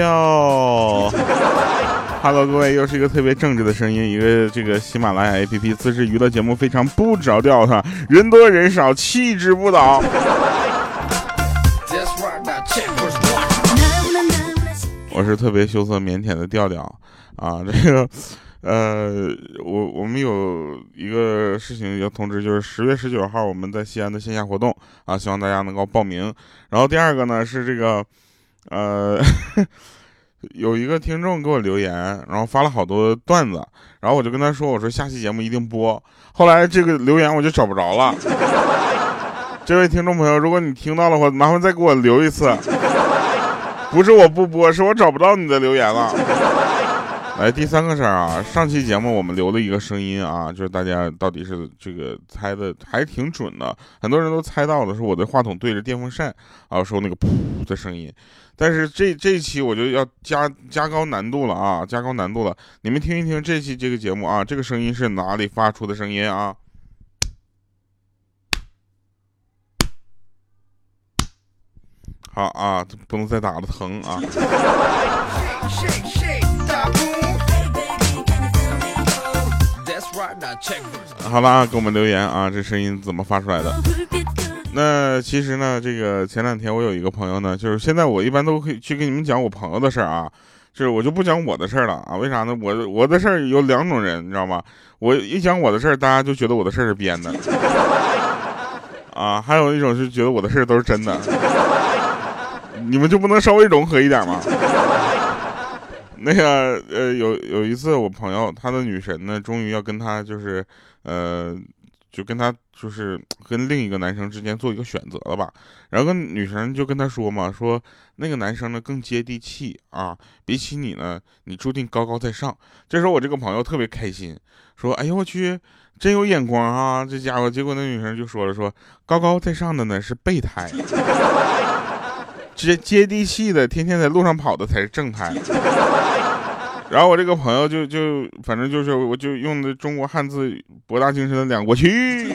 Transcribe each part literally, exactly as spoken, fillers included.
哟，Hello， 各位，又是一个特别正直的声音，一个这个喜马拉雅 A P P 自制娱乐节目，非常不着调哈，人多人少，气质不倒。我是特别羞涩腼腆的调调啊，这个。呃，我我们有一个事情要通知，就是十月十九号我们在西安的线下活动啊，希望大家能够报名。然后第二个呢是这个，呃，有一个听众给我留言，然后发了好多段子，然后我就跟他说，我说下期节目一定播。后来这个留言我就找不着了。这位听众朋友，如果你听到的话，麻烦再给我留一次。不是我不播，是我找不到你的留言了。来，第三个事儿啊，上期节目我们留了一个声音啊，就是大家到底是这个猜的还挺准的，很多人都猜到了，是我的话筒对着电风扇啊，收那个噗的声音。但是这这一期我就要加加高难度了啊，加高难度了。你们听一听这期这个节目啊，这个声音是哪里发出的声音啊？好啊，不能再打了，疼啊。好了，给我们留言啊，这声音怎么发出来的？那其实呢，这个前两天我有一个朋友呢，就是现在我一般都可以去跟你们讲我朋友的事儿啊，就是我就不讲我的事儿了啊。为啥呢？我我的事儿有两种人，你知道吗？我一讲我的事儿，大家就觉得我的事儿是编的啊，还有一种是觉得我的事儿都是真的。你们就不能稍微融合一点吗？那个呃，有有一次我朋友他的女神呢，终于要跟他就是呃，就跟他就是跟另一个男生之间做一个选择了吧。然后跟女神就跟他说嘛，说那个男生呢更接地气啊，比起你呢，你注定高高在上。这时候我这个朋友特别开心，说哎呦我去，真有眼光啊，这家伙。结果那女生就说了，说高高在上的呢是备胎。接接地气的，天天在路上跑的才是正胎。然后我这个朋友就就反正就是我就用的中国汉字博大精深的两国去。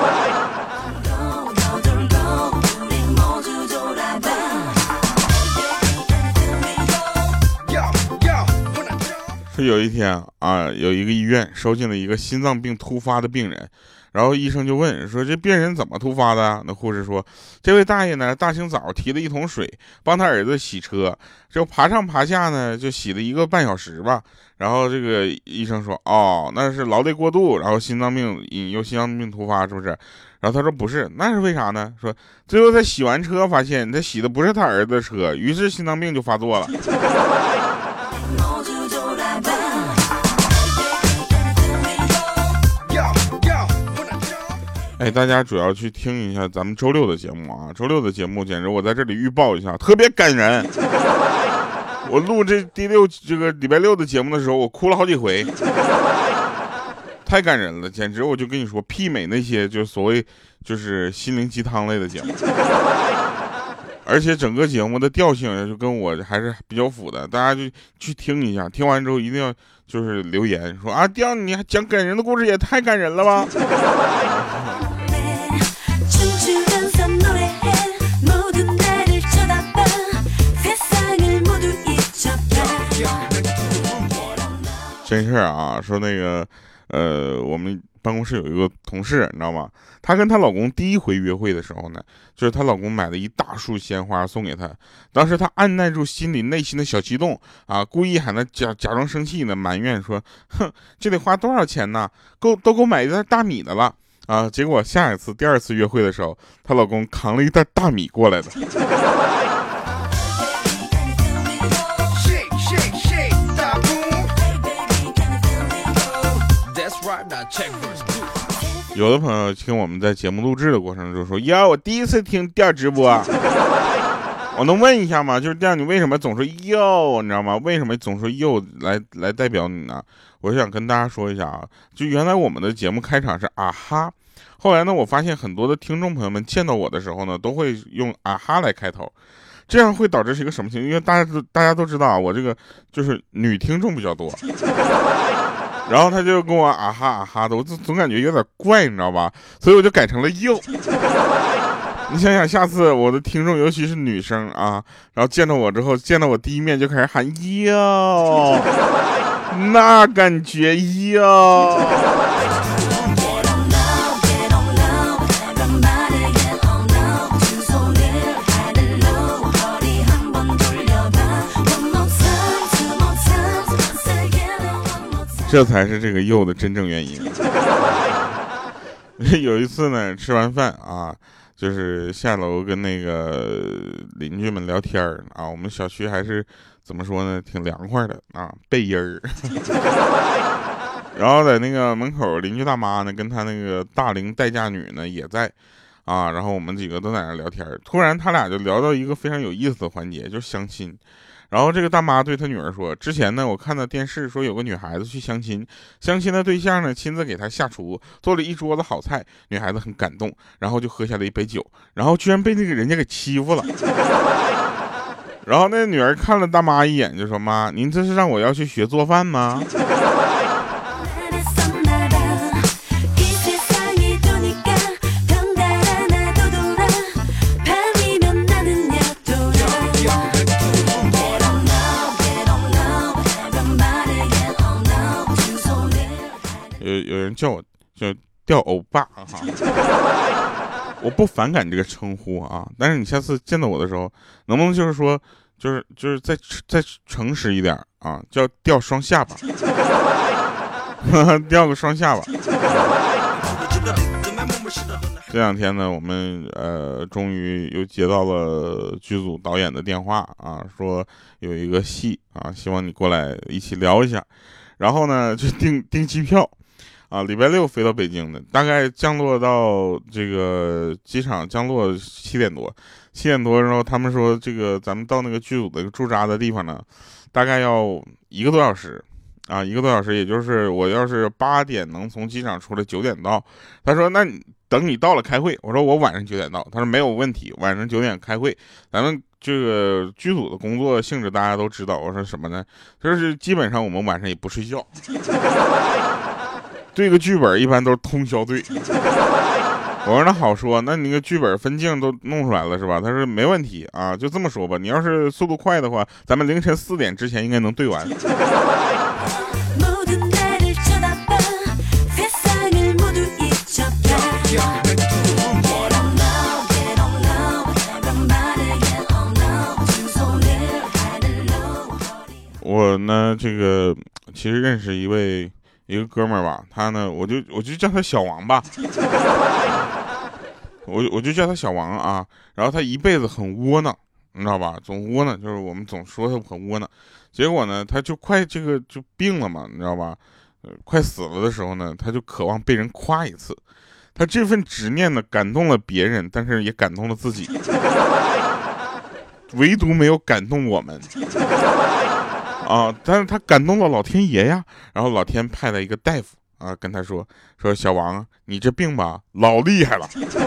是有一天啊，有一个医院收进了一个心脏病突发的病人。然后医生就问说，这病人怎么突发的啊？那护士说，这位大爷呢大清早提了一桶水帮他儿子洗车，就爬上爬下呢就洗了一个半小时吧。然后这个医生说，哦，那是劳累过度，然后心脏病引诱心脏病突发，是不是？然后他说不是，那是为啥呢？说最后他洗完车发现他洗的不是他儿子的车，于是心脏病就发作了。哎，大家主要去听一下咱们周六的节目啊！周六的节目简直，我在这里预报一下，特别感人。我录这第六这个礼拜六的节目的时候，我哭了好几回，太感人了，简直我就跟你说，媲美那些就所谓就是心灵鸡汤类的节目。而且整个节目的调性就跟我还是比较符的，大家就去听一下，听完之后一定要就是留言说啊，调你还讲感人的故事，也太感人了吧。真事儿啊，说那个呃，我们办公室有一个同事，你知道吗？她跟她老公第一回约会的时候呢，就是她老公买了一大束鲜花送给她。当时她按耐住心里内心的小激动啊，故意喊她假假装生气呢，埋怨说：“哼，这得花多少钱呢？够都够买一袋大米的了啊！”结果下一次第二次约会的时候，她老公扛了一袋大米过来的。有的朋友听我们在节目录制的过程中说，呀，我第一次听调直播，我能问一下吗？就是调，你为什么总说哟，你知道吗？为什么总说哟来来代表你呢？我想跟大家说一下啊，就原来我们的节目开场是啊哈，后来呢，我发现很多的听众朋友们见到我的时候呢，都会用啊哈来开头，这样会导致是一个什么情况？因为大家都大家都知道啊，我这个就是女听众比较多。然后他就跟我啊哈啊哈的，我总总感觉有点怪，你知道吧？所以我就改成了又。 你想想，下次我的听众，尤其是女生啊，然后见到我之后，见到我第一面就开始喊哟，那感觉哟。这才是这个又的真正原因。有一次呢，吃完饭啊，就是下楼跟那个邻居们聊天啊，我们小区还是怎么说呢，挺凉快的啊，背阴儿。然后在那个门口，邻居大妈呢跟她那个大龄待嫁女呢也在啊，然后我们几个都在那聊天，突然他俩就聊到一个非常有意思的环节，就是相亲。然后这个大妈对她女儿说，之前呢我看到电视说有个女孩子去相亲，相亲的对象呢亲自给她下厨，做了一桌子好菜，女孩子很感动，然后就喝下了一杯酒，然后居然被那个人家给欺负了。然后那女儿看了大妈一眼就说，妈，您这是让我要去学做饭吗？有有人叫我就叫欧巴哈，我不反感这个称呼啊，但是你下次见到我的时候，能不能就是说，就是就是再再诚实一点啊，叫掉双下巴，掉个双下巴。这两天呢，我们呃终于又接到了剧组导演的电话啊，说有一个戏啊，希望你过来一起聊一下，然后呢就订订机票。啊，礼拜六飞到北京的，大概降落到这个机场降落七点多，七点多，然后他们说这个咱们到那个剧组的驻扎的地方呢，大概要一个多小时，啊，一个多小时，也就是我要是八点能从机场出来，九点到，他说那你等你到了开会，我说我晚上九点到，他说没有问题，晚上九点开会，咱们这个剧组的工作性质大家都知道，我说什么呢？就是基本上我们晚上也不睡觉。这个剧本一般都是通宵对。我说那好说，那你个剧本分镜都弄出来了是吧？他说没问题啊，就这么说吧。你要是速度快的话，咱们凌晨四点之前应该能对完。我呢，这个其实认识一位。一个哥们儿吧，他呢，我就我就叫他小王吧，我我就叫他小王啊。然后他一辈子很窝囊，你知道吧？总窝囊，就是我们总说他很窝囊。结果呢，他就快这个就病了嘛，你知道吧？呃，快死了的时候呢，他就渴望被人夸一次。他这份执念呢，感动了别人，但是也感动了自己，唯独没有感动我们。啊！但是他感动了老天爷呀，然后老天派了一个大夫啊，跟他说说小王，你这病吧老厉害了。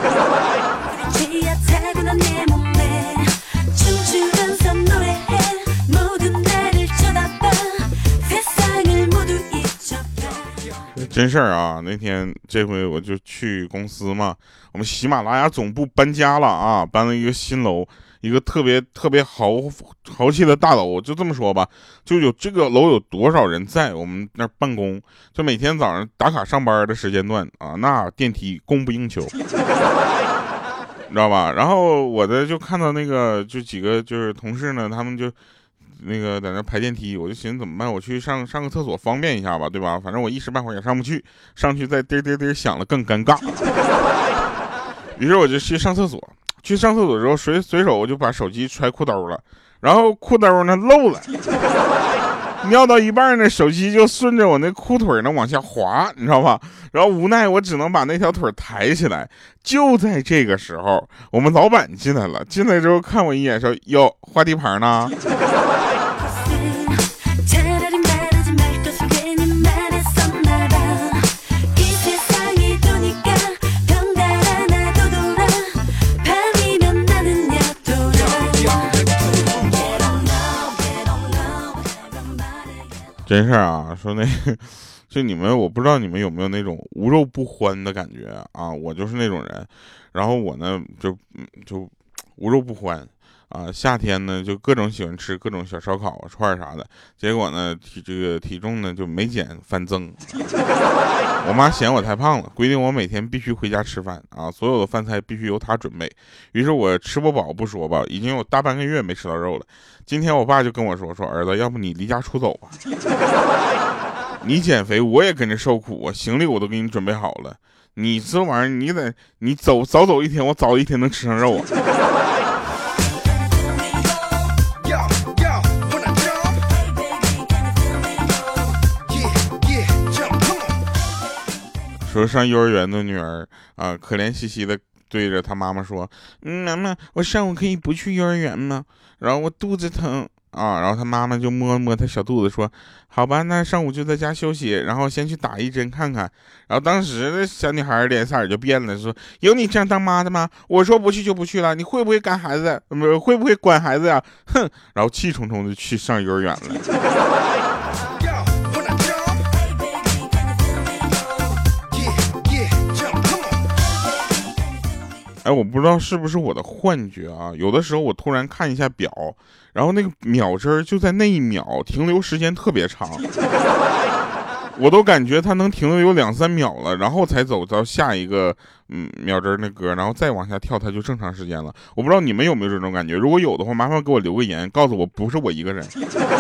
真事儿啊！那天这回我就去公司嘛，我们喜马拉雅总部搬家了啊，搬了一个新楼。一个特别特别豪豪气的大楼，就这么说吧，就有这个楼有多少人在我们那儿办公，就每天早上打卡上班的时间段啊，那电梯供不应求，你知道吧？然后我的就看到那个就几个就是同事呢，他们就那个在那排电梯，我就寻思怎么办？我去上上个厕所方便一下吧，对吧？反正我一时半会儿也上不去，上去再滴滴滴响了更尴尬。于是我就去上厕所。去上厕所之后，随随手我就把手机揣裤兜了，然后裤兜呢漏了，尿到一半呢，手机就顺着我那裤腿呢往下滑，你知道吧？然后无奈我只能把那条腿抬起来。就在这个时候，我们老板进来了，进来之后看我一眼说：“哟，画地盘呢？”真事儿啊， 说那个，就你们，我不知道你们有没有那种无肉不欢的感觉啊？我就是那种人。然后我呢，就就无肉不欢。啊，夏天呢就各种喜欢吃各种小烧烤啊、串啥的，结果呢体这个体重呢就没减反增。我妈嫌我太胖了，规定我每天必须回家吃饭啊，所有的饭菜必须由她准备。于是我吃不饱不说吧，已经有大半个月没吃到肉了。今天我爸就跟我说说，儿子，要不你离家出走吧，你减肥我也跟着受苦啊，行李我都给你准备好了，你这玩意儿你得你走早走一天，我早一天能吃上肉啊。说上幼儿园的女儿啊，可怜兮兮的对着她妈妈说：“嗯，妈妈，我上午可以不去幼儿园吗？然后我肚子疼啊。”然后她妈妈就摸摸她小肚子说：“好吧，那上午就在家休息，然后先去打一针看看。”然后当时那小女孩脸色就变了，说：“有你这样当妈的吗？我说不去就不去了，你会不会干孩子？不会不会管孩子呀？哼！”然后气冲冲的去上幼儿园了。哎，我不知道是不是我的幻觉啊，有的时候我突然看一下表，然后那个秒针就在那一秒停留时间特别长，我都感觉它能停留有两三秒了，然后才走到下一个嗯秒针那歌，然后再往下跳，它就正常时间了。我不知道你们有没有这种感觉，如果有的话，麻烦给我留个言，告诉我不是我一个人。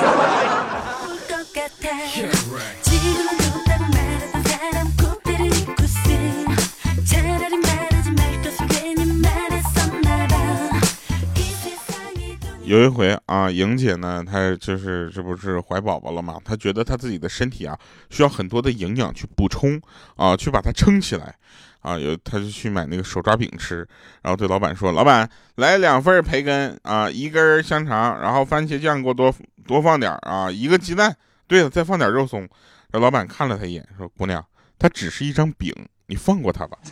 有一回啊，莹姐呢，她就是这不是怀宝宝了嘛？她觉得她自己的身体啊，需要很多的营养去补充啊，去把它撑起来啊。有，她就去买那个手抓饼吃，然后对老板说：“老板，来两份培根啊，一根香肠，然后番茄酱给我多多放点啊，一个鸡蛋。对了，再放点肉松。”然后老板看了她一眼，说：“姑娘，它只是一张饼，你放过它吧。”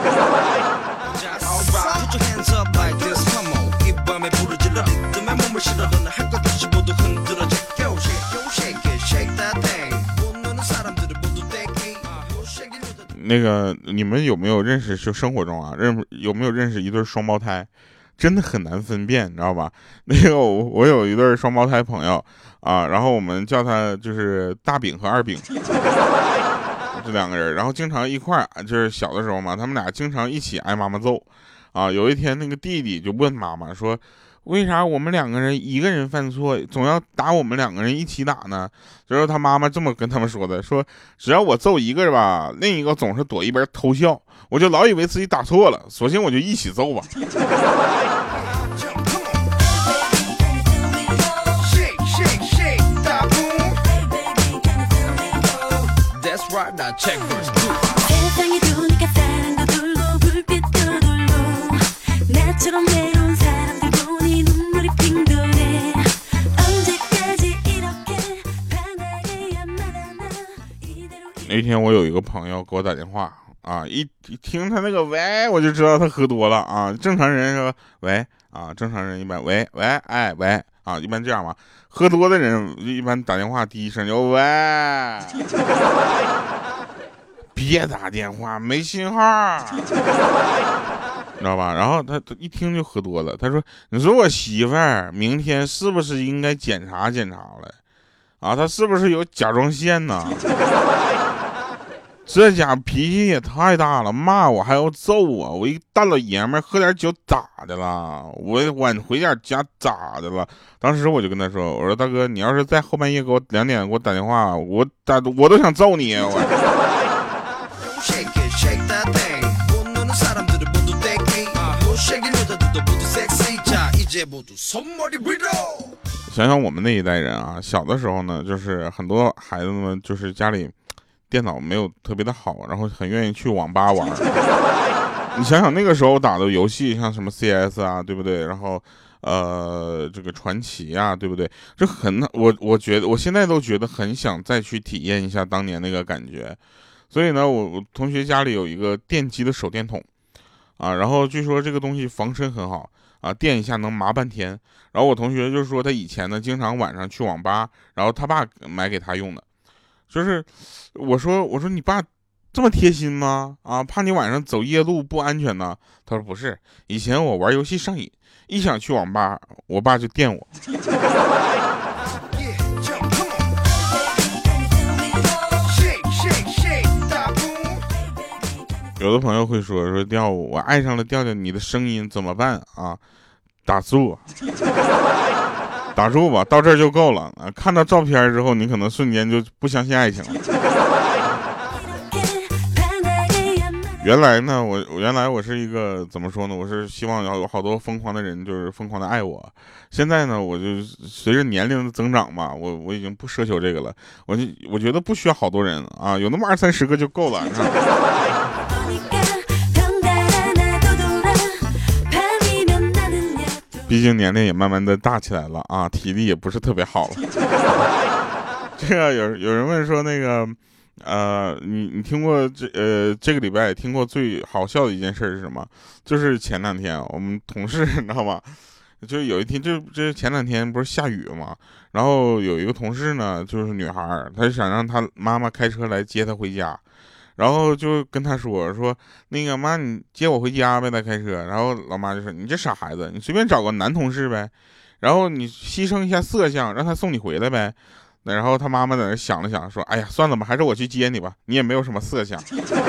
那个你们有没有认识，就生活中啊，认有没有认识一对双胞胎，真的很难分辨，你知道吧？那个我我有一对双胞胎朋友啊，然后我们叫他就是大饼和二饼这两个人，然后经常一块儿，就是小的时候嘛，他们俩经常一起挨妈妈揍啊。有一天那个弟弟就问妈妈说：“为啥我们两个人一个人犯错，总要打我们两个人一起打呢？”之后他妈妈这么跟他们说的：“说只要我揍一个吧，另一个总是躲一边偷笑，我就老以为自己打错了，索性我就一起揍吧。”那天我有一个朋友给我打电话啊，一一听他那个喂，我就知道他喝多了啊。正常人说喂啊，正常人一般喂喂哎喂啊，一般这样嘛。喝多的人一般打电话第一声就喂，别打电话没信号，你知道吧？然后他他一听就喝多了，他说：“你说我媳妇儿明天是不是应该检查检查了啊？她是不是有甲状腺呢？”这家脾气也太大了，骂我还要揍我，我一大老爷们儿喝点酒咋的了？我晚回点家咋的了？当时我就跟他说：“我说大哥，你要是在后半夜给我两点给我打电话，我打我都想揍你。”我想想我们那一代人啊，小的时候呢，就是很多孩子们就是家里电脑没有特别的好，然后很愿意去网吧玩。你想想那个时候打的游戏，像什么 C S 啊，对不对？然后呃，这个传奇啊，对不对？这很我我觉得我现在都觉得很想再去体验一下当年那个感觉。所以呢，我我同学家里有一个电击的手电筒啊，然后据说这个东西防身很好啊，电一下能麻半天。然后我同学就说他以前呢经常晚上去网吧，然后他爸买给他用的。 就是我说我说你爸这么贴心吗？啊，怕你晚上走夜路不安全呢？他说不是，以前我玩游戏上瘾，一想去网吧，我爸就电我。有的朋友会说说调，我爱上了调调你的声音怎么办啊？打住，打住吧，到这儿就够了啊！看到照片之后，你可能瞬间就不相信爱情了。原来呢，我原来我是一个怎么说呢？我是希望要有好多疯狂的人，就是疯狂的爱我。现在呢，我就随着年龄的增长嘛，我我已经不奢求这个了。我就我觉得不需要好多人啊，有那么二三十个就够了。毕竟年龄也慢慢的大起来了啊，体力也不是特别好了。这个有有人问说那个。呃，你你听过这呃这个礼拜也听过最好笑的一件事是什么？就是前两天我们同事你知道吗？就有一天就这前两天不是下雨嘛，然后有一个同事呢，就是女孩，她就想让她妈妈开车来接她回家，然后就跟她说说那个妈你接我回家呗，再开车。然后老妈就说你这傻孩子，你随便找个男同事呗，然后你牺牲一下色相，让他送你回来呗。然后他妈妈在那想了想说哎呀算了吧，还是我去接你吧，你也没有什么色相。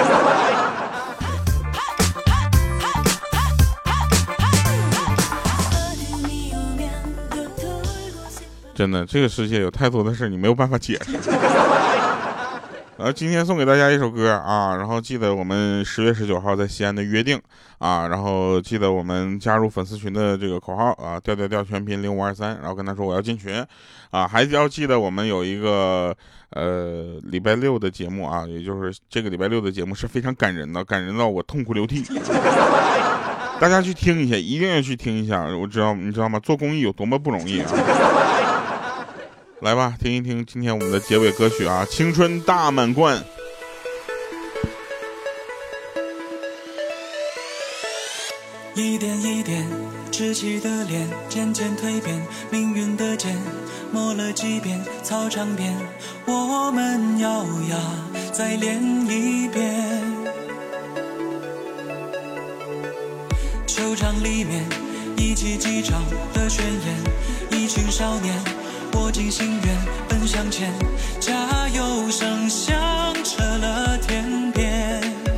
真的这个世界有太多的事你没有办法解释。然后今天送给大家一首歌啊，然后记得我们十月十九号在西安的约定啊，然后记得我们加入粉丝群的这个口号啊，调调调全拼零五二三，然后跟他说我要进群啊，还要记得我们有一个呃礼拜六的节目啊，也就是这个礼拜六的节目是非常感人的，感人到我痛哭流涕。大家去听一下，一定要去听一下，我知道你知道吗？做公益有多么不容易啊！来吧，听一听今天我们的结尾歌曲啊，青春大满贯。 一点一点稚气的脸渐渐蜕变，命运的剑磨了几遍，操场边我们咬牙再练一遍。球场里面一击即场的宣言，一群少年握紧心愿奔向前，加油声响彻了天边，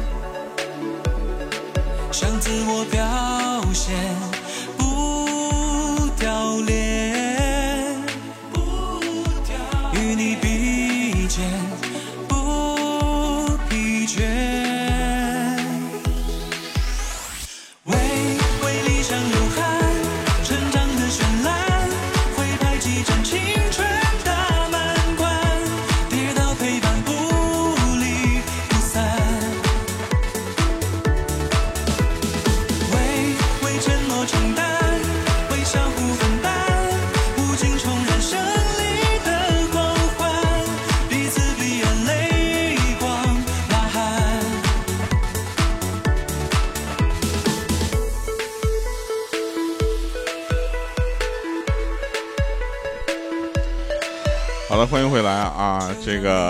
向自我表现不掉链，与你比肩不疲倦，为为理想流汗，成长的绚烂会排挤真青春大满贯，跌倒陪伴不离不散，为为承诺承担，为相互分担，无尽重燃胜利的光环，彼此彼岸泪光呐喊。 好了，欢迎回来啊！这个，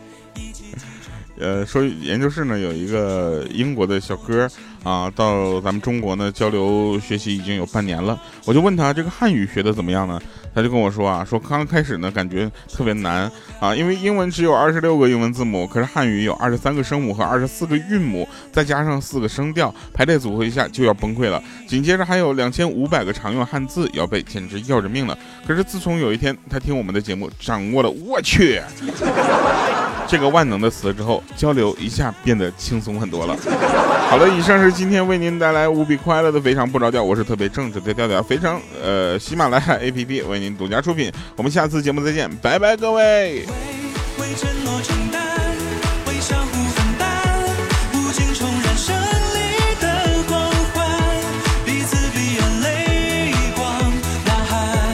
呃，说研究室呢有一个英国的小哥啊，到咱们中国呢交流学习已经有半年了。我就问他这个汉语学的怎么样呢？他就跟我说啊，说刚开始呢感觉特别难啊，因为英文只有二十六个英文字母，可是汉语有二十三个声母和二十四个韵母，再加上四个声调，排列组合一下就要崩溃了。紧接着还有两千五百个常用汉字要背，简直要人命了。可是自从有一天他听我们的节目，掌握了我去这个万能的词之后，交流一下变得轻松很多了。好了，以上是今天为您带来无比快乐的非常不着调，我是特别正直的调调，非常呃喜马拉雅 A P P 为您独家出品。我们下次节目再见，拜拜各位。 为承诺承担，为相互分担，无尽重燃胜利的光环，彼此彼岸泪光呐喊，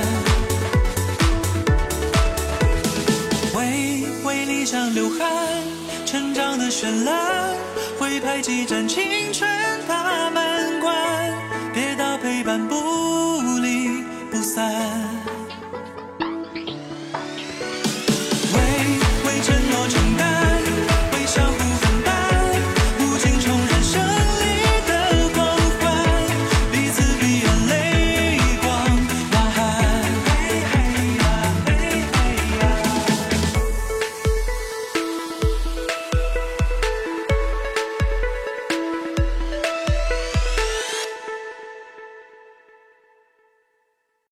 为为理想流汗，成长的绚烂会排挤战青春大满贯，跌倒陪伴不离不散。